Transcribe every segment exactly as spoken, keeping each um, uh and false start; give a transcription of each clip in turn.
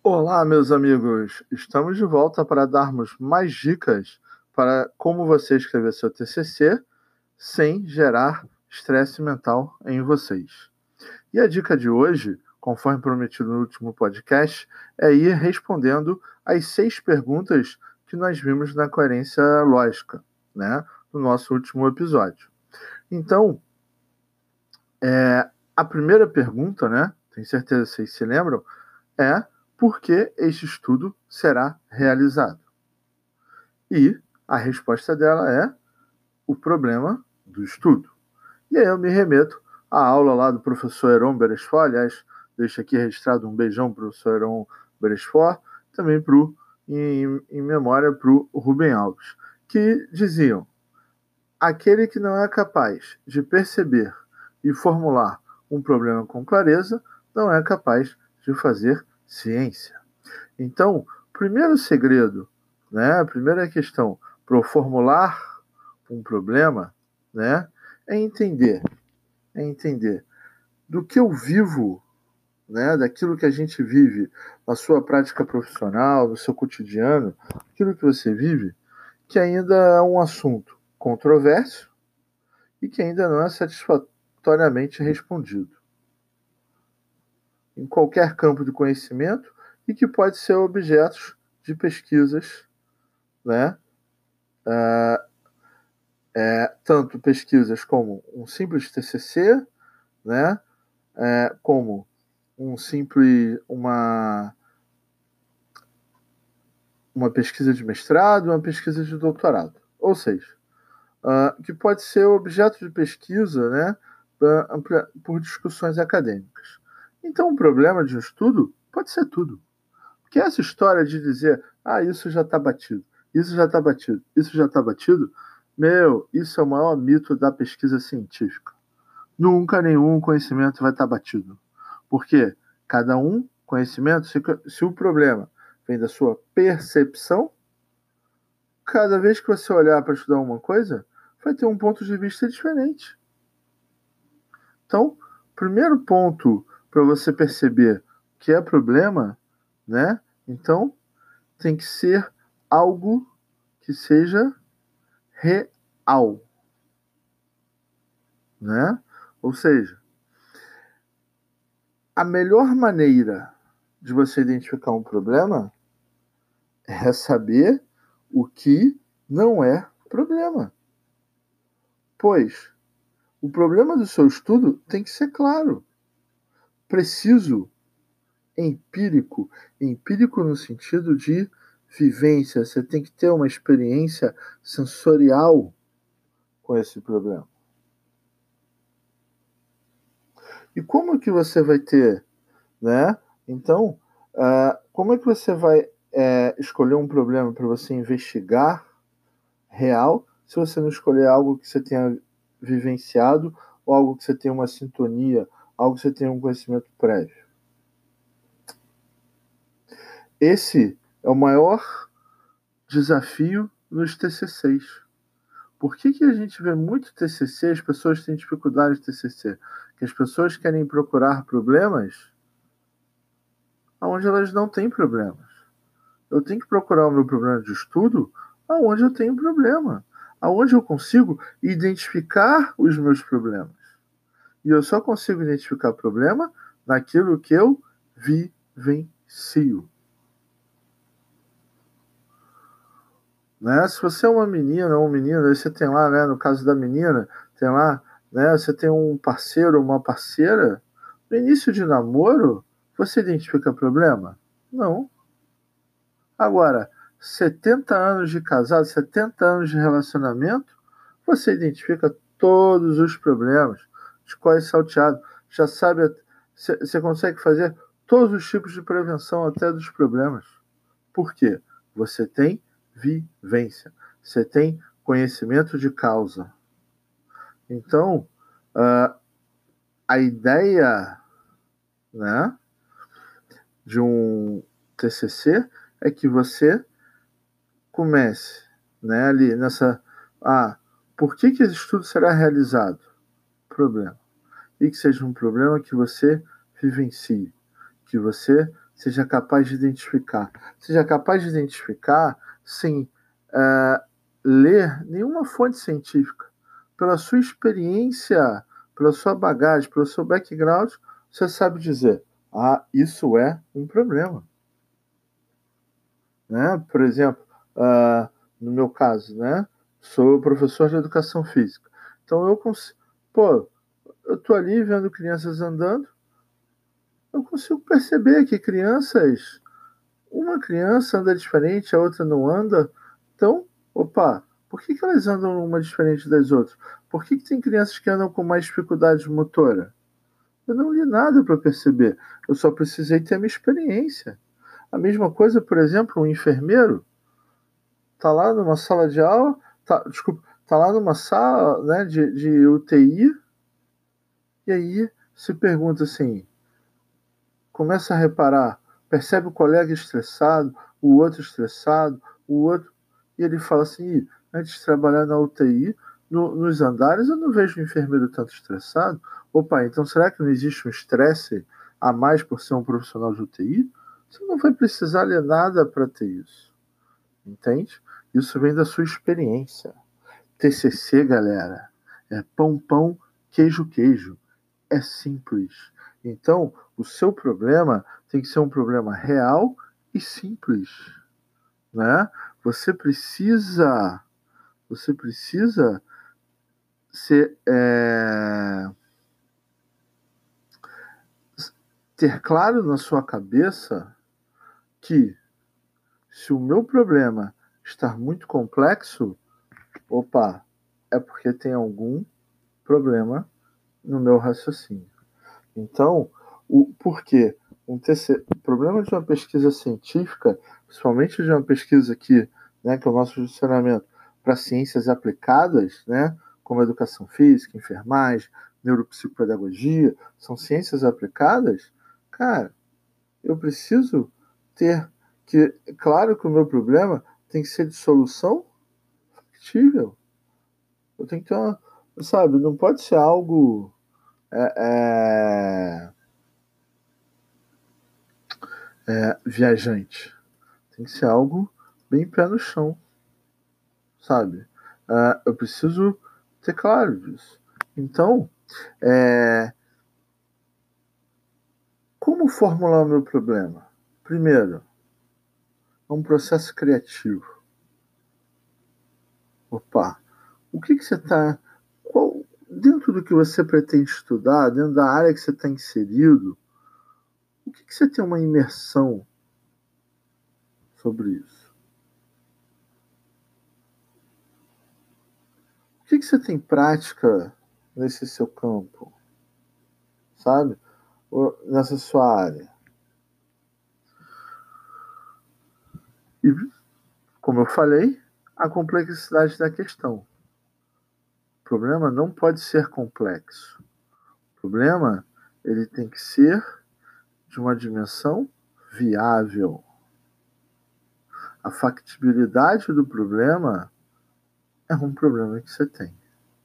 Olá, meus amigos! Estamos de volta para darmos mais dicas para como você escrever seu T C C sem gerar estresse mental em vocês. E a dica de hoje, conforme prometido no último podcast, é ir respondendo as seis perguntas que nós vimos na coerência lógica, né, no nosso último episódio. Então, é, a primeira pergunta, né, tenho certeza que vocês se lembram, é: por que este estudo será realizado? E a resposta dela é o problema do estudo. E aí eu me remeto à aula lá do professor Heron Beresford. Aliás, deixo aqui registrado um beijão para o professor Heron Beresford, também pro, em, em memória para o Rubem Alves, que diziam: aquele que não é capaz de perceber e formular um problema com clareza não é capaz de fazer ciência. Então, o primeiro segredo, né, a primeira questão para formular um problema, né, é entender, é entender do que eu vivo, né, daquilo que a gente vive na sua prática profissional, no seu cotidiano, aquilo que você vive, que ainda é um assunto controverso e que ainda não é satisfatoriamente respondido em qualquer campo de conhecimento e que pode ser objeto de pesquisas, né? Uh, é, tanto pesquisas como um simples T C C, né? É, como um simples uma uma pesquisa de mestrado, uma pesquisa de doutorado, ou seja, uh, que pode ser objeto de pesquisa, né? Pra, por discussões acadêmicas. Então, o problema de um estudo pode ser tudo. Porque essa história de dizer, ah, isso já está batido, isso já está batido, isso já está batido, meu, isso é o maior mito da pesquisa científica. Nunca nenhum conhecimento vai estar batido. Porque cada um conhecimento, se, se o problema vem da sua percepção, cada vez que você olhar para estudar uma coisa, vai ter um ponto de vista diferente. Então, primeiro ponto para você perceber que é problema, né? Então, tem que ser algo que seja real, né? Ou seja, a melhor maneira de você identificar um problema é saber o que não é problema. Pois o problema do seu estudo tem que ser claro, preciso, empírico, empírico no sentido de vivência. Você tem que ter uma experiência sensorial com esse problema. E como que você vai ter, né? Então, uh, como é que você vai é, escolher um problema para você investigar real, se você não escolher algo que você tenha vivenciado ou algo que você tenha uma sintonia, algo que você tenha um conhecimento prévio? Esse é o maior desafio nos T C Cs. Por que, que a gente vê muito T C C, as pessoas têm dificuldade de T C C? Que as pessoas querem procurar problemas onde elas não têm problemas. Eu tenho que procurar o meu problema de estudo aonde eu tenho problema, aonde eu consigo identificar os meus problemas. E eu só consigo identificar problema naquilo que eu vivencio. Né? Se você é uma menina ou um menino, aí você tem lá, né, no caso da menina, tem lá, né, você tem um parceiro ou uma parceira, no início de namoro, você identifica problema? Não. Agora, setenta anos de casado, setenta anos de relacionamento, você identifica todos os problemas, escolhe salteado, já sabe, você consegue fazer todos os tipos de prevenção até dos problemas. Por quê? Você tem vivência, você tem conhecimento de causa. Então, uh, a ideia, né, de um T C C é que você comece, né, ali nessa... Ah, por que, que esse estudo será realizado? Problema. E que seja um problema que você vivencie, que você Seja capaz de identificar. Seja capaz de identificar sem uh, ler nenhuma fonte científica. Pela sua experiência, pela sua bagagem, pelo seu background, você sabe dizer, ah, isso é um problema. Né? Por exemplo, uh, no meu caso, né? Sou professor de educação física. Então eu consigo, pô, eu tô ali vendo crianças andando, eu consigo perceber que crianças, uma criança anda diferente, a outra não anda. Então, opa, por que, que elas andam uma diferente das outras? Por que, que tem crianças que andam com mais dificuldade motora? Eu não li nada para perceber. Eu só precisei ter a minha experiência. A mesma coisa, por exemplo, um enfermeiro tá lá numa sala de aula, tá, desculpa, tá lá numa sala, né, de, de U T I, e aí se pergunta assim, começa a reparar, percebe o colega estressado, o outro estressado, o outro, e ele fala assim, antes de trabalhar na U T I, no, nos andares eu não vejo o enfermeiro tanto estressado. Opa, então será que não existe um estresse a mais por ser um profissional de U T I? Você não vai precisar ler nada para ter isso. Entende? Isso vem da sua experiência. T C C, galera, é pão, pão, queijo, queijo. É simples. Então, o seu problema tem que ser um problema real e simples, né? Você precisa, você precisa ser, é, ter claro na sua cabeça que se o meu problema está muito complexo, opa, é porque tem algum problema no meu raciocínio. Então, o porquê? Um T C, o problema de uma pesquisa científica, principalmente de uma pesquisa aqui, né, que é o nosso direcionamento para ciências aplicadas, né, como educação física, enfermagem, neuropsicopedagogia, são ciências aplicadas, cara, eu preciso ter que, claro que o meu problema tem que ser de solução factível. Eu tenho que ter uma, sabe, não pode ser algo é, é, é, viajante. Tem que ser algo bem pé no chão, sabe? Uh, eu preciso ter claro disso. Então, é, como formular o meu problema? Primeiro, é um processo criativo. Opa, o que, que você está... Dentro do que você pretende estudar, dentro da área que você está inserido, o que, que você tem uma imersão sobre isso? O que, que você tem prática nesse seu campo? Sabe? Ou nessa sua área? E, como eu falei, a complexidade da questão. O problema não pode ser complexo. O problema, ele tem que ser de uma dimensão viável. A factibilidade do problema é um problema que você tem.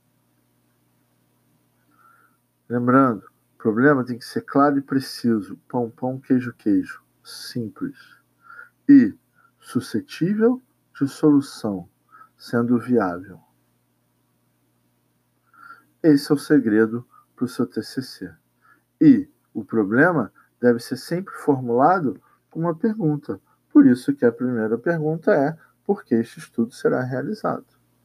Lembrando, o problema tem que ser claro e preciso. Pão, pão, queijo, queijo. Simples. E suscetível de solução, sendo viável. Esse é o segredo para o seu T C C. E o problema deve ser sempre formulado com uma pergunta. Por isso que a primeira pergunta é: por que este estudo será realizado?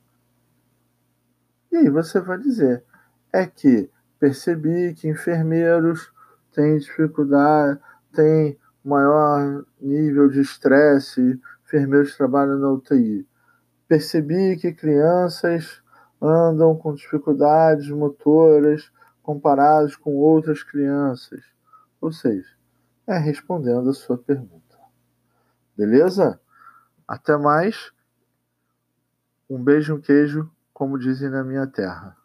E aí você vai dizer: é que percebi que enfermeiros têm dificuldade, têm maior nível de estresse, enfermeiros trabalham na U T I. Percebi que crianças andam com dificuldades motoras comparadas com outras crianças. Ou seja, é respondendo a sua pergunta. Beleza? Até mais. Um beijo, um queijo, como dizem na minha terra.